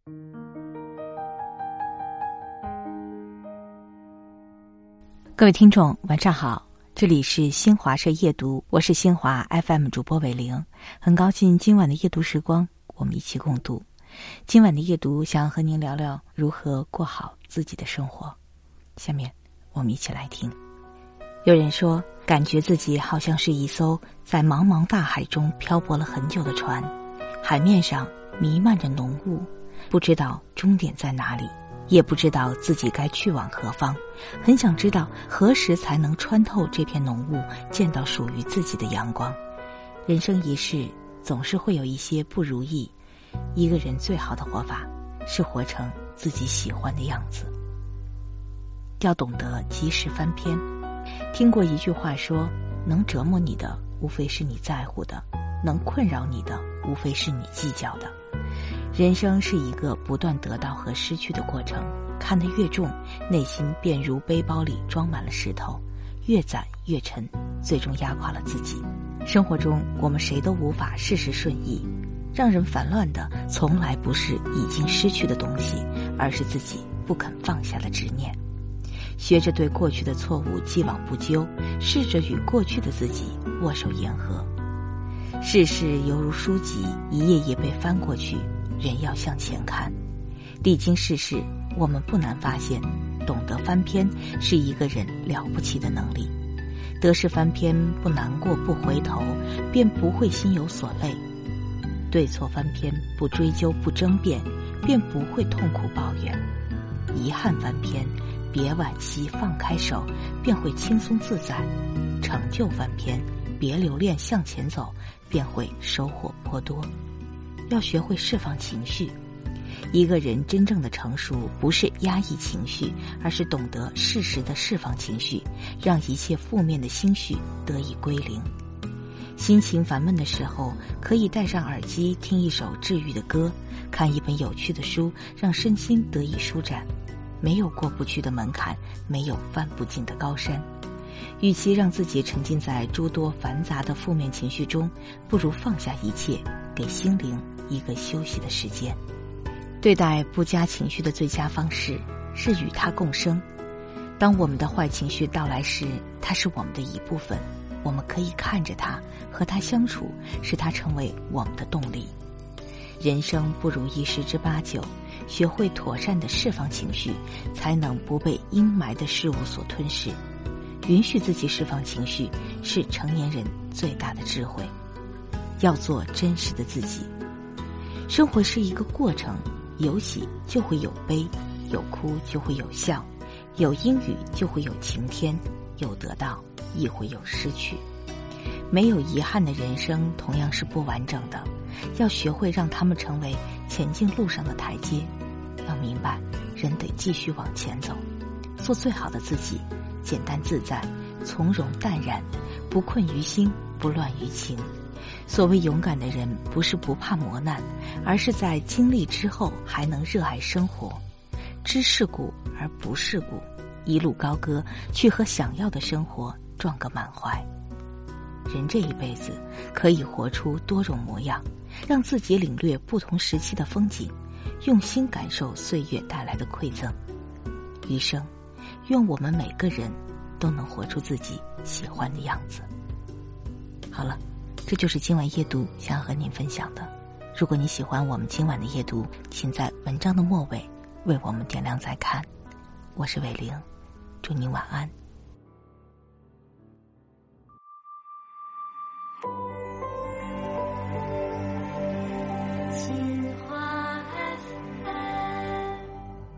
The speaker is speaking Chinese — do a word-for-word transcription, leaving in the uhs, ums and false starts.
各位听众晚上好，这里是新华社夜读，我是新华 F M 主播伟玲，很高兴今晚的夜读时光我们一起共度。今晚的夜读想和您聊聊如何过好自己的生活，下面我们一起来听。有人说，感觉自己好像是一艘在茫茫大海中漂泊了很久的船，海面上弥漫着浓雾，不知道终点在哪里，也不知道自己该去往何方，很想知道何时才能穿透这片浓雾，见到属于自己的阳光。人生一世，总是会有一些不如意，一个人最好的活法是活成自己喜欢的样子。要懂得及时翻篇。听过一句话说，能折磨你的无非是你在乎的，能困扰你的无非是你计较的。人生是一个不断得到和失去的过程，看得越重，内心便如背包里装满了石头，越攒越沉，最终压垮了自己。生活中我们谁都无法事事顺意，让人烦乱的从来不是已经失去的东西，而是自己不肯放下的执念。学着对过去的错误既往不咎，试着与过去的自己握手言和。世事犹如书籍，一页页被翻过去，人要向前看。历经世事，我们不难发现，懂得翻篇是一个人了不起的能力。得失翻篇，不难过不回头，便不会心有所累。对错翻篇，不追究不争辩，便不会痛苦抱怨。遗憾翻篇，别惋惜放开手，便会轻松自在。成就翻篇，别留恋向前走，便会收获颇多。要学会释放情绪。一个人真正的成熟，不是压抑情绪，而是懂得适时的释放情绪，让一切负面的心绪得以归零。心情烦闷的时候，可以戴上耳机听一首治愈的歌，看一本有趣的书，让身心得以舒展。没有过不去的门槛，没有翻不尽的高山。与其让自己沉浸在诸多繁杂的负面情绪中，不如放下一切，给心灵一个休息的时间。对待不佳情绪的最佳方式是与它共生。当我们的坏情绪到来时，它是我们的一部分，我们可以看着它，和它相处，使它成为我们的动力。人生不如意十之八九，学会妥善的释放情绪，才能不被阴霾的事物所吞噬。允许自己释放情绪，是成年人最大的智慧。要做真实的自己。生活是一个过程，有喜就会有悲，有哭就会有笑，有阴雨就会有晴天，有得到亦会有失去。没有遗憾的人生同样是不完整的，要学会让他们成为前进路上的台阶。要明白，人得继续往前走，做最好的自己，简单自在，从容淡然，不困于心，不乱于情。所谓勇敢的人，不是不怕磨难，而是在经历之后还能热爱生活，知世故而不世故，一路高歌，去和想要的生活撞个满怀。人这一辈子可以活出多种模样，让自己领略不同时期的风景，用心感受岁月带来的馈赠。余生，愿我们每个人都能活出自己喜欢的样子。好了，这就是今晚夜读想和您分享的。如果你喜欢我们今晚的夜读，请在文章的末尾为我们点亮再看。我是伟玲，祝您晚安。